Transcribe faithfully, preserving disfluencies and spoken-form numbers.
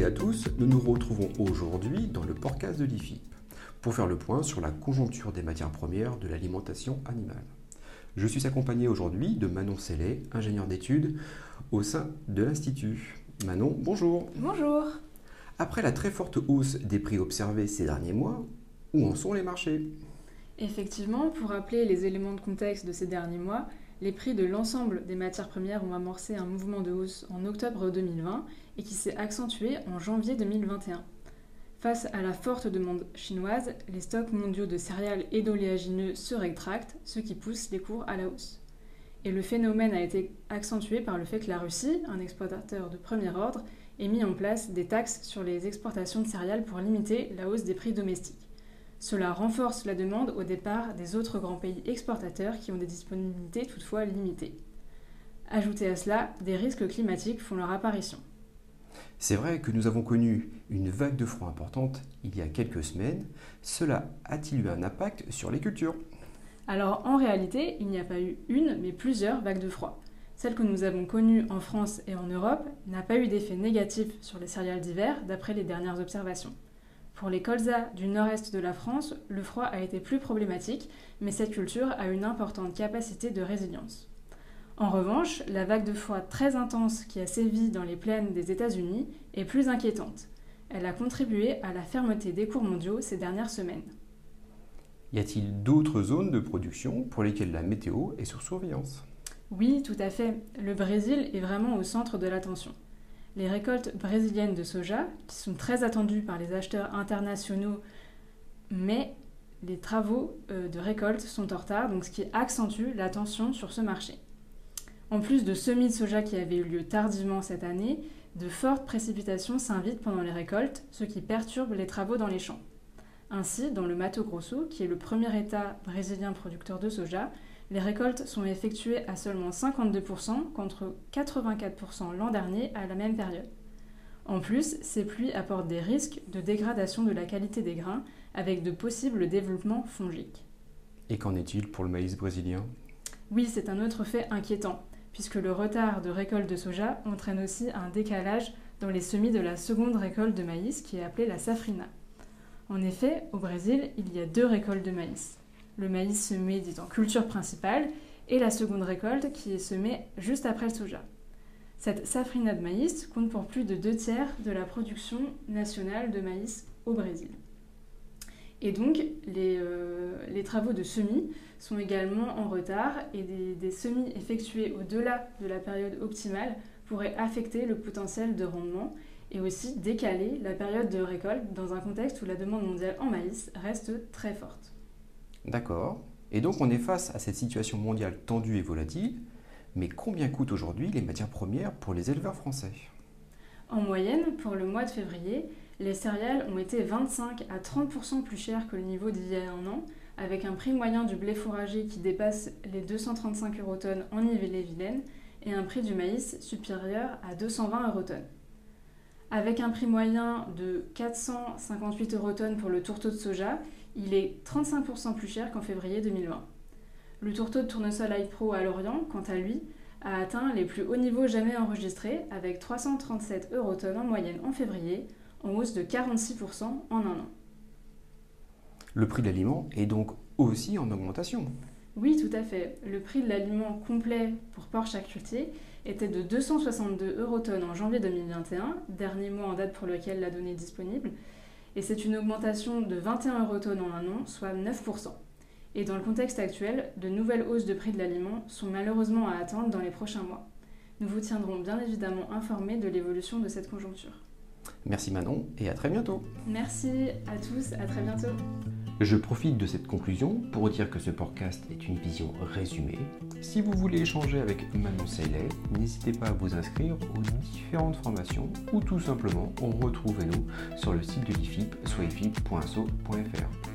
à tous, nous nous retrouvons aujourd'hui dans le podcast de l'I F I P pour faire le point sur la conjoncture des matières premières de l'alimentation animale. Je suis accompagné aujourd'hui de Manon Sellet, ingénieure d'études au sein de l'Institut. Manon, bonjour. Bonjour. Après la très forte hausse des prix observés ces derniers mois, où en sont les marchés ? Effectivement, pour rappeler les éléments de contexte de ces derniers mois, les prix de l'ensemble des matières premières ont amorcé un mouvement de hausse en octobre deux mille vingt et qui s'est accentué en janvier deux mille vingt et un. Face à la forte demande chinoise, les stocks mondiaux de céréales et d'oléagineux se rétractent, ce qui pousse les cours à la hausse. Et le phénomène a été accentué par le fait que la Russie, un exportateur de premier ordre, ait mis en place des taxes sur les exportations de céréales pour limiter la hausse des prix domestiques. Cela renforce la demande au départ des autres grands pays exportateurs qui ont des disponibilités toutefois limitées. Ajoutez à cela, des risques climatiques font leur apparition. C'est vrai que nous avons connu une vague de froid importante il y a quelques semaines. Cela a-t-il eu un impact sur les cultures ? Alors en réalité, il n'y a pas eu une, mais plusieurs vagues de froid. Celle que nous avons connue en France et en Europe n'a pas eu d'effet négatif sur les céréales d'hiver d'après les dernières observations. Pour les colzas du nord-est de la France, le froid a été plus problématique, mais cette culture a une importante capacité de résilience. En revanche, la vague de froid très intense qui a sévi dans les plaines des États-Unis est plus inquiétante. Elle a contribué à la fermeté des cours mondiaux ces dernières semaines. Y a-t-il d'autres zones de production pour lesquelles la météo est sous surveillance ? Oui, tout à fait. Le Brésil est vraiment au centre de l'attention. Les récoltes brésiliennes de soja, qui sont très attendues par les acheteurs internationaux, mais les travaux de récolte sont en retard, donc ce qui accentue la tension sur ce marché. En plus de semis de soja qui avaient eu lieu tardivement cette année, de fortes précipitations s'invitent pendant les récoltes, ce qui perturbe les travaux dans les champs. Ainsi, dans le Mato Grosso, qui est le premier État brésilien producteur de soja, les récoltes sont effectuées à seulement cinquante-deux pour cent contre quatre-vingt-quatre pour cent l'an dernier à la même période. En plus, ces pluies apportent des risques de dégradation de la qualité des grains avec de possibles développements fongiques. Et qu'en est-il pour le maïs brésilien ? Oui, c'est un autre fait inquiétant, puisque le retard de récolte de soja entraîne aussi un décalage dans les semis de la seconde récolte de maïs qui est appelée la safrina. En effet, au Brésil, il y a deux récoltes de maïs. Le maïs semé dit en culture principale et la seconde récolte qui est semée juste après le soja. Cette safrina de maïs compte pour plus de deux tiers de la production nationale de maïs au Brésil. Et donc, les, euh, les travaux de semis sont également en retard et des, des semis effectués au-delà de la période optimale pourraient affecter le potentiel de rendement et aussi décaler la période de récolte dans un contexte où la demande mondiale en maïs reste très forte. D'accord. Et donc on est face à cette situation mondiale tendue et volatile, mais combien coûtent aujourd'hui les matières premières pour les éleveurs français ? En moyenne, pour le mois de février, les céréales ont été vingt-cinq à trente pour cent plus chères que le niveau d'il y a un an, avec un prix moyen du blé fourragé qui dépasse les deux cent trente-cinq euros tonnes en Ille-et-Vilaine et un prix du maïs supérieur à deux cent vingt euros tonnes. Avec un prix moyen de quatre cent cinquante-huit euros tonnes pour le tourteau de soja, il est trente-cinq pour cent plus cher qu'en février deux mille vingt. Le tourteau de tournesol Light Pro à Lorient, quant à lui, a atteint les plus hauts niveaux jamais enregistrés avec trois cent trente-sept euros tonnes en moyenne en février, en hausse de quarante-six pour cent en un an. Le prix de l'aliment est donc aussi en augmentation. Oui, tout à fait. Le prix de l'aliment complet pour porc charcutier était de deux cent soixante-deux euros tonnes en janvier deux mille vingt et un, dernier mois en date pour lequel la donnée est disponible, et c'est une augmentation de vingt et un euros tonnes en un an, soit neuf pour cent. Et dans le contexte actuel, de nouvelles hausses de prix de l'aliment sont malheureusement à attendre dans les prochains mois. Nous vous tiendrons bien évidemment informés de l'évolution de cette conjoncture. Merci Manon et à très bientôt. Merci à tous, à très bientôt. Je profite de cette conclusion pour dire que ce podcast est une vision résumée. Si vous voulez échanger avec Manon Sellet, n'hésitez pas à vous inscrire aux différentes formations ou tout simplement retrouvez-nous sur le site de l'I F I P, soit i f i p point asso point f r.